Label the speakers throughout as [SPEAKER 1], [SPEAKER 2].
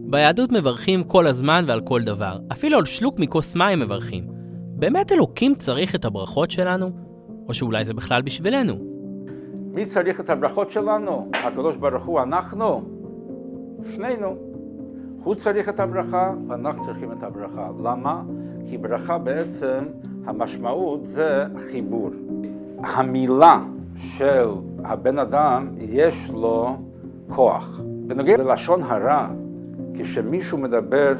[SPEAKER 1] ביהדות מברכים כל הזמן ועל כל דבר. אפילו על שלוק מכוס מים מברכים. באמת אלוקים צריך את הברכות שלנו? או שאולי זה בכלל בשבילנו?
[SPEAKER 2] מי צריך את הברכות שלנו? הקדוש ברוך הוא, אנחנו? שנינו. הוא צריך את הברכה ואנחנו צריכים את הברכה. למה? כי ברכה בעצם, המשמעות זה חיבור. המילה של הבן אדם יש לו כוח. בנוגע ללשון הרע, כשמישהו מדבר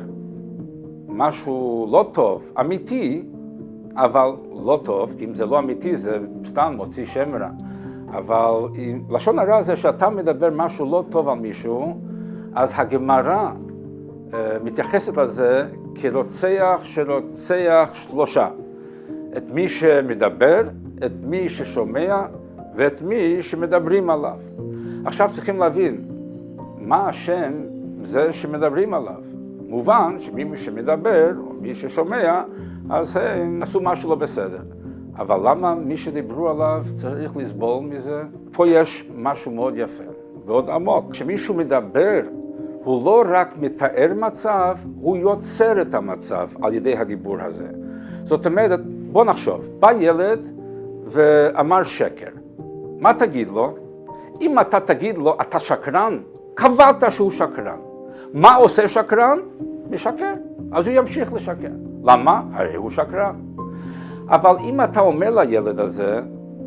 [SPEAKER 2] משהו לא טוב, אמיתי, אבל לא טוב, כי אם זה לא אמיתי זה סתם מוציא שם רע. אבל לשון הרע זה שאתה מדבר משהו לא טוב על מישהו, אז הגמרא מתייחסת לזה כרוצח שרוצח שלושה. את מי שמדבר, את מי ששומע ואת מי שמדברים עליו. עכשיו צריכים להבין מה השם זה שמדברים עליו. מובן שמי שמדבר או מי ששומע, אז הם עשו משהו לא בסדר. אבל למה מי שדיברו עליו צריך לסבול מזה? פה יש משהו מאוד יפה ועוד עמוק. כשמישהו מדבר, הוא לא רק מתאר מצב, הוא יוצר את המצב על ידי הדיבור הזה. זאת אומרת, בוא נחשוב, בא ילד ואמר שקר. מה תגיד לו? אם אתה תגיד לו, אתה שקרן, קבעת שהוא שקרן. מה עושה שקרן? משקר. אז הוא ימשיך לשקר. למה? הרי הוא שקרן. אבל אם אתה אומר לילד הזה,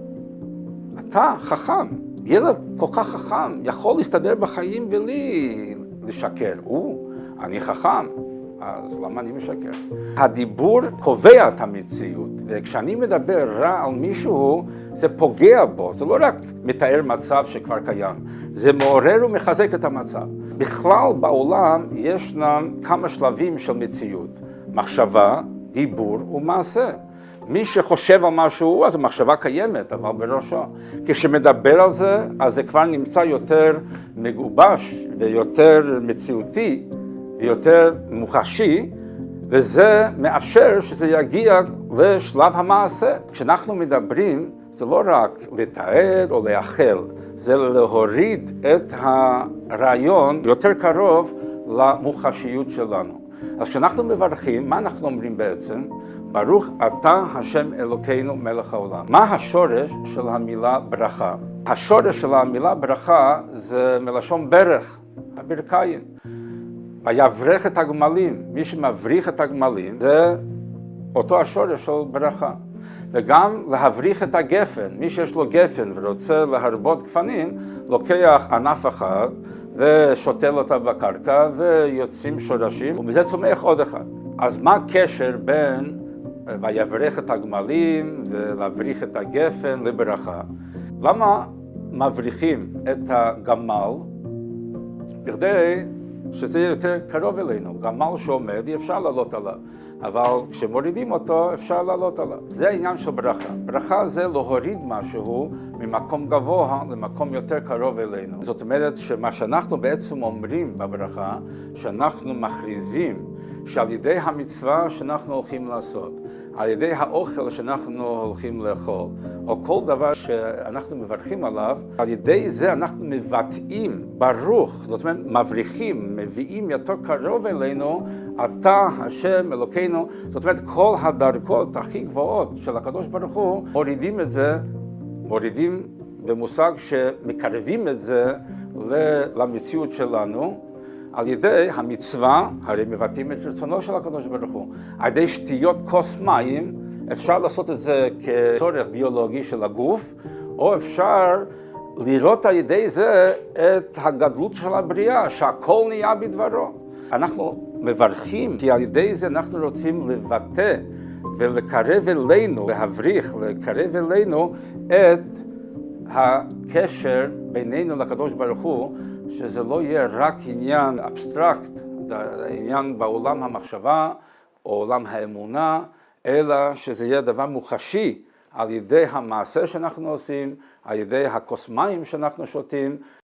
[SPEAKER 2] אתה חכם, ילד כל כך חכם, יכול להסתדר בחיים בלי לשקר. אני חכם, אז למה אני משקר? הדיבור קובע את המציאות, וכשאני מדבר רע על מישהו, זה פוגע בו, זה לא רק מתאר מצב שכבר קיים, זה מעורר ומחזק את המצב. בכלל בעולם ישנם כמה שלבים של מציאות, מחשבה, דיבור ומעשה. מי שחושב על משהו, אז המחשבה קיימת, אבל בראשו. כשמדבר על זה, אז זה כבר נמצא יותר מגובש ויותר מציאותי ויותר מוחשי, וזה מאפשר שזה יגיע לשלב המעשה. כשאנחנו מדברים, זה לא רק לתאר או לאחל, זה להוריד את הרעיון יותר קרוב למוחשיות שלנו. אז כשאנחנו מברכים, מה אנחנו אומרים בעצם? ברוך אתה השם אלוקינו מלך העולם. מה השורש של המילה ברכה? השורש של המילה ברכה זה מלשון ברך, הברכיים. ויברך את הגמלים, מי שמבריך את הגמלים זה אותו השורש של ברכה. וגם להבריך את הגפן, מי שיש לו גפן ורוצה להרבות גפנים, לוקח ענף אחד ושותל אותה בקרקע ויוצאים שורשים, ומזה צומח עוד אחד. אז מה הקשר בין ויברך את הגמלים ולהבריך את הגפן לברכה? למה מבריחים את הגמל? בכדי שזה יותר קרוב אלינו. גמל שעומד אי אפשר לעלות עליו, אבל כשמורידים אותו אפשר לעלות עליו. זה העניין של ברכה. ברכה זה להוריד משהו ממקום גבוה למקום יותר קרוב אלינו. זאת אומרת שמה שאנחנו בעצם אומרים בברכה, שאנחנו מכריזים שעל ידי המצווה שאנחנו הולכים לעשות, על ידי האוכל שאנחנו הולכים לאכול, או כל דבר שאנחנו מברכים עליו, על ידי זה אנחנו מבטאים ברוך, זאת אומרת מבריחים, מביאים יותר קרוב אלינו, אתה השם אלוקינו. זאת אומרת כל הדרגות הכי גבוהות של הקדוש ברוך הוא, מורידים את זה, מורידים במושג שמקרבים את זה למציאות שלנו, על ידי המצווה, הרי מבטאים את רצונו של הקדוש ברוך הוא. על ידי שתיות כוס מים, אפשר לעשות את זה כצורך ביולוגי של הגוף, או אפשר לראות על ידי זה את הגדלות של הבריאה, שהכל נהיה בדברו. אנחנו מברכים, כי על ידי זה אנחנו רוצים לבטא ולקרב אלינו, להבריך, לקרב אלינו את הקשר בינינו לקדוש ברוך הוא, שזה לא יהיה רק עניין אבסטרקט, עניין בעולם המחשבה או עולם האמונה, אלא שזה יהיה דבר מוחשי על ידי המעשה שאנחנו עושים, על ידי הכוס מים שאנחנו שותים,